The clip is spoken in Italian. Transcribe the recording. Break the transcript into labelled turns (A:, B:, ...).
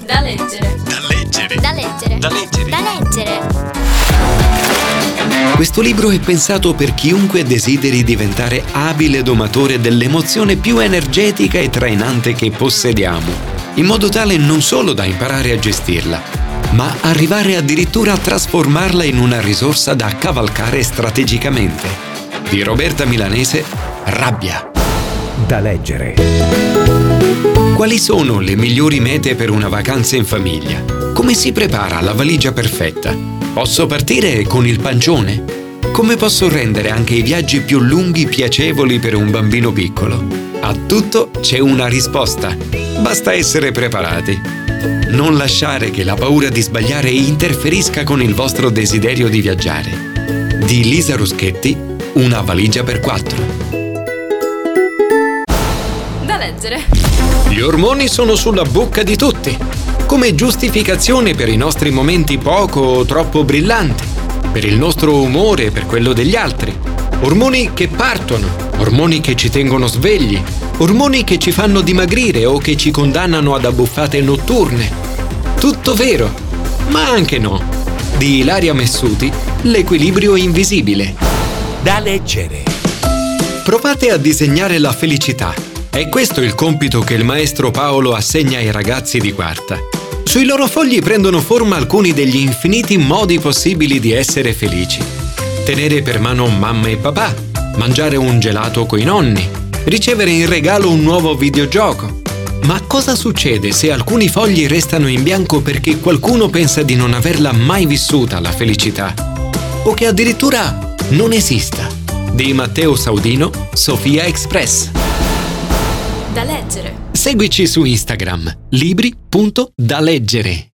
A: Da leggere.
B: Da leggere.
A: Da leggere.
B: Da leggere.
A: Da leggere.
C: Questo libro è pensato per chiunque desideri diventare abile domatore dell'emozione più energetica e trainante che possediamo, in modo tale non solo da imparare a gestirla, ma arrivare addirittura a trasformarla in una risorsa da cavalcare strategicamente. Di Roberta Milanese, Rabbia.
D: Da leggere.
C: Quali sono le migliori mete per una vacanza in famiglia? Come si prepara la valigia perfetta? Posso partire con il pancione? Come posso rendere anche i viaggi più lunghi piacevoli per un bambino piccolo? A tutto c'è una risposta. Basta essere preparati. Non lasciare che la paura di sbagliare interferisca con il vostro desiderio di viaggiare. Di Lisa Ruschetti, Una valigia per 4.
A: Da leggere.
C: Gli ormoni sono sulla bocca di tutti, come giustificazione per i nostri momenti poco o troppo brillanti, per il nostro umore e per quello degli altri. Ormoni che partono, ormoni che ci tengono svegli, ormoni che ci fanno dimagrire o che ci condannano ad abbuffate notturne. Tutto vero, ma anche no. Di Ilaria Messuti, L'equilibrio invisibile.
D: Da leggere.
C: Provate a disegnare la felicità. È questo il compito che il maestro Paolo assegna ai ragazzi di quarta. Sui loro fogli prendono forma alcuni degli infiniti modi possibili di essere felici. Tenere per mano mamma e papà, mangiare un gelato coi nonni, ricevere in regalo un nuovo videogioco. Ma cosa succede se alcuni fogli restano in bianco perché qualcuno pensa di non averla mai vissuta la felicità? O che addirittura non esista? Di Matteo Saudino, Sofia Express.
A: Da leggere.
C: Seguici su Instagram, libri.daleggere.